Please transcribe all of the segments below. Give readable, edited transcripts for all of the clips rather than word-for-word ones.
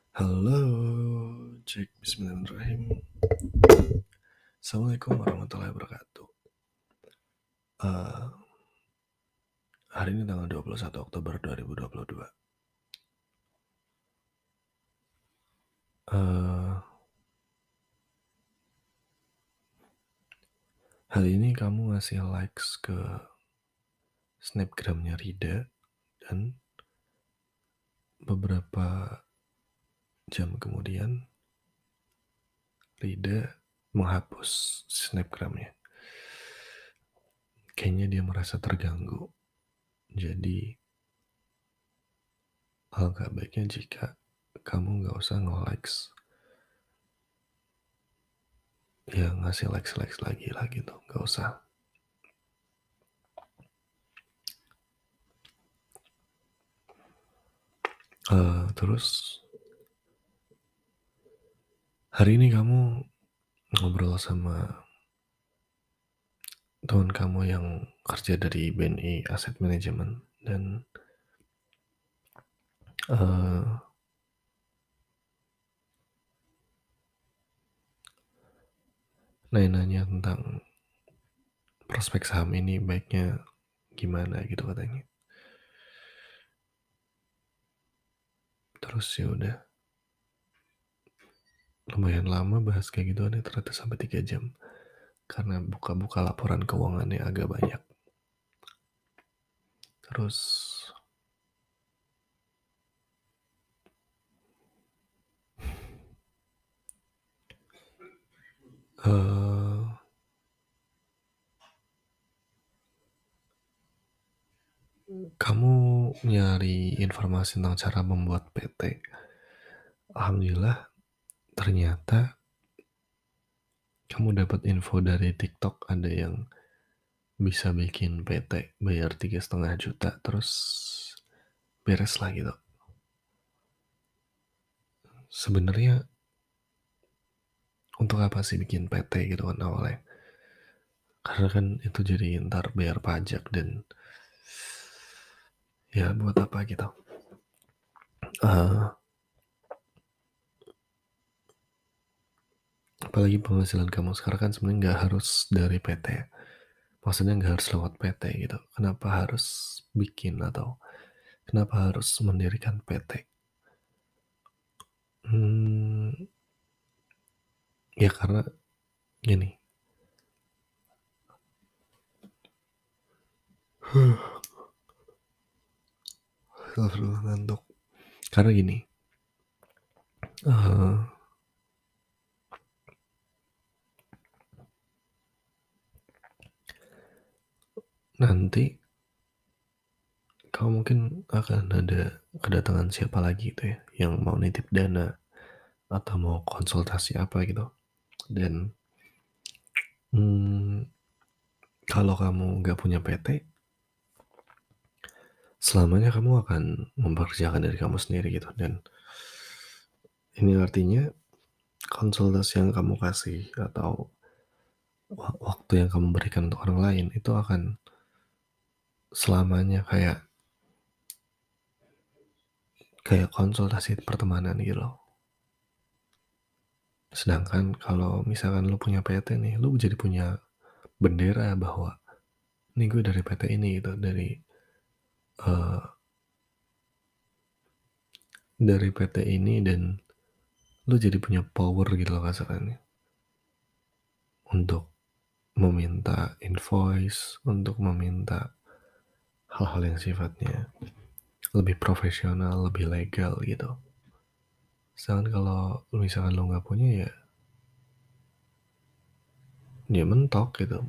Halo, cek bismillahirrahmanirrahim. Assalamualaikum warahmatullahi wabarakatuh. Eh, Hari ini tanggal 21 Oktober 2022. Eh, Hari ini kamu ngasih likes ke snapgramnya Rida dan beberapa jam kemudian Rida menghapus snapgramnya. Kayaknya dia merasa terganggu. Jadi alangkah baiknya jika kamu gak usah nge-likes, ya ngasih likes lagi lah gitu, gak usah. Terus hari ini kamu ngobrol sama teman kamu yang kerja dari BNI Asset Management dan nanya tentang prospek saham ini baiknya gimana gitu katanya. Terus ya udah lumayan lama bahas kayak gitu, ada ternyata sampai 3 jam karena buka-buka laporan keuangannya agak banyak. Terus kamu nyari informasi tentang cara membuat PT. Alhamdulillah ternyata kamu dapat info dari TikTok ada yang bisa bikin PT bayar 3,5 juta terus beres lah gitu. Sebenarnya untuk apa sih bikin PT gitu kan awalnya? Karena kan itu jadi ntar bayar pajak dan ya buat apa gitu. Apalagi penghasilan kamu sekarang kan sebenarnya nggak harus dari PT. Maksudnya nggak harus lewat PT gitu. Kenapa harus bikin atau kenapa harus mendirikan PT? Ya karena gini. Ngantuk. Karena gini. Nanti kamu mungkin akan ada kedatangan siapa lagi itu ya yang mau nitip dana atau mau konsultasi apa gitu. Dan kalau kamu nggak punya PT, selamanya kamu akan mempekerjakan diri kamu sendiri gitu. Dan ini artinya konsultasi yang kamu kasih atau waktu yang kamu berikan untuk orang lain itu akan selamanya kayak konsultasi pertemanan gitu loh. Sedangkan kalau misalkan lu punya PT nih, lu jadi punya bendera bahwa ini gue dari PT ini gitu, dari PT ini, dan lu jadi punya power gitu loh kasarannya untuk meminta invoice, untuk meminta hal-hal yang sifatnya lebih profesional, lebih legal gitu. Sedangkan kalau misalkan lo nggak punya ya mentok gitu,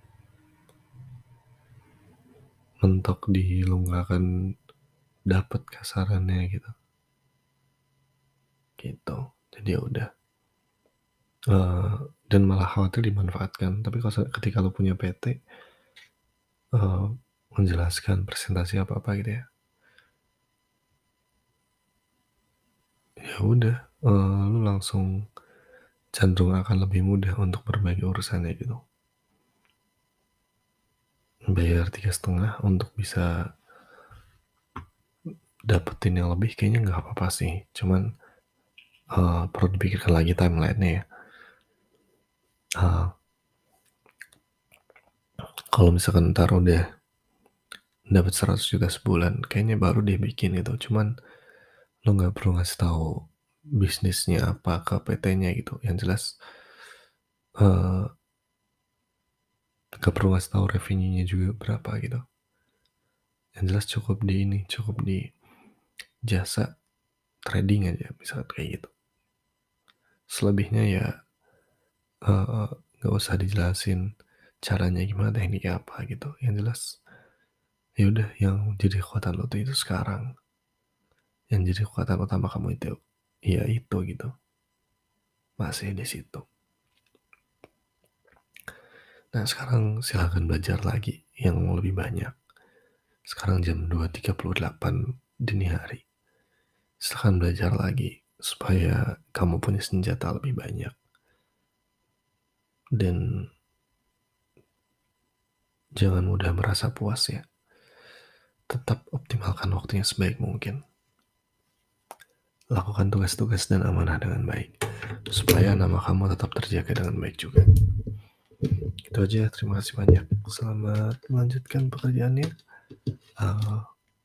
mentok di lo nggak akan dapet kasarannya gitu. Jadi ya udah, dan malah khawatir dimanfaatkan. Tapi kalau ketika lo punya PT, menjelaskan presentasi apa gitu ya udah, lu langsung cenderung akan lebih mudah untuk berbagi urusannya gitu. Bayar 3,5 untuk bisa dapetin yang lebih kayaknya nggak apa-apa sih. Cuman perlu dipikirkan lagi timeline-nya ya. Eee, Kalau misalkan entar udah dapat 100 juta sebulan, kayaknya baru deh bikin itu. Cuman lo nggak perlu ngasih tahu bisnisnya apa ke PT-nya gitu. Yang jelas eee, nggak perlu ngasih tahu revenue-nya juga berapa gitu. Yang jelas cukup di jasa trading aja misalkan kayak gitu. Selebihnya ya nggak usah dijelasin caranya gimana, tekniknya apa gitu. Yang jelas ya udah yang jadi kekuatan lo tuh itu sekarang. Yang jadi kekuatan utama kamu itu ya itu gitu. Masih di situ. Nah, sekarang silahkan belajar lagi yang lebih banyak. Sekarang jam 2.38 dini hari. Silahkan belajar lagi supaya kamu punya senjata lebih banyak. Dan jangan mudah merasa puas ya. Tetap optimalkan waktunya sebaik mungkin. Lakukan tugas-tugas dan amanah dengan baik. Supaya nama kamu tetap terjaga dengan baik juga. Itu aja, terima kasih banyak. Selamat melanjutkan pekerjaannya. Uh,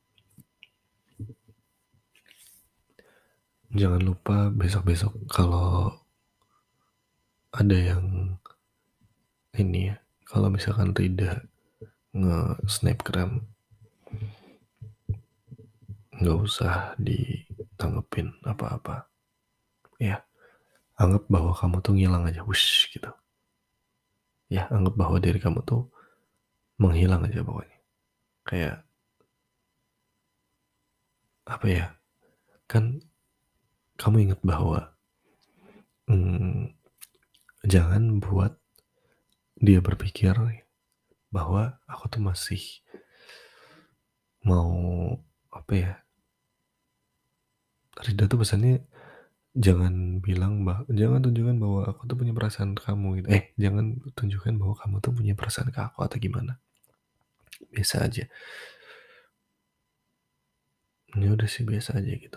Jangan lupa besok-besok kalau ada yang ini ya, kalau misalkan Rida nge-snapgram, nggak usah ditanggepin apa-apa. Ya, anggap bahwa kamu tuh ngilang aja, wush gitu. Ya, anggap bahwa diri kamu tuh menghilang aja pokoknya. Kayak apa ya? Kan kamu ingat bahwa hmm, jangan buat dia berpikir bahwa aku tuh masih mau apa ya? Rida tuh pesannya jangan tunjukkan bahwa aku tuh punya perasaan ke kamu gitu. Jangan tunjukkan bahwa kamu tuh punya perasaan ke aku atau gimana. Biasa aja. Ini udah sih biasa aja gitu.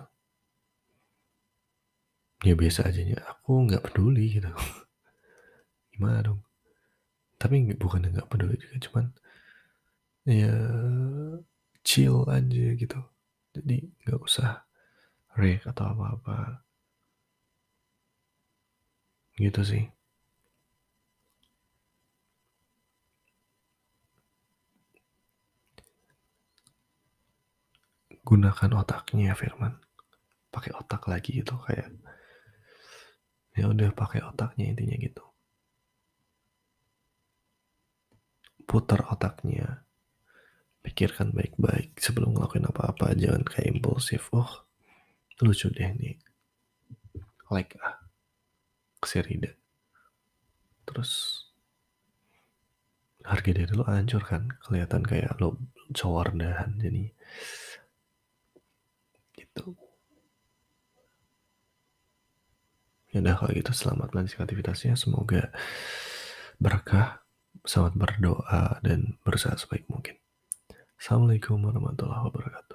Ya biasa aja ya. Aku nggak peduli gitu. Gimana dong? Tapi bukan nggak peduli juga, cuman ya chill aja gitu. Jadi nggak usah reak atau apa-apa gitu sih. Gunakan otaknya, Firman. Pakai otak lagi gitu, kayak ya udah pakai otaknya intinya gitu. Putar otaknya, pikirkan baik-baik sebelum ngelakuin apa-apa. Jangan kayak impulsif. Oh, lucu deh nih, like si Rida, terus harga diri lo hancur kan, kelihatan kayak lo cowok rendahan. Jadi gitu. Ya udah kalau gitu, selamat melanjutkan aktivitasnya, semoga berkah. Selamat berdoa dan berusaha sebaik mungkin. Assalamualaikum warahmatullahi wabarakatuh.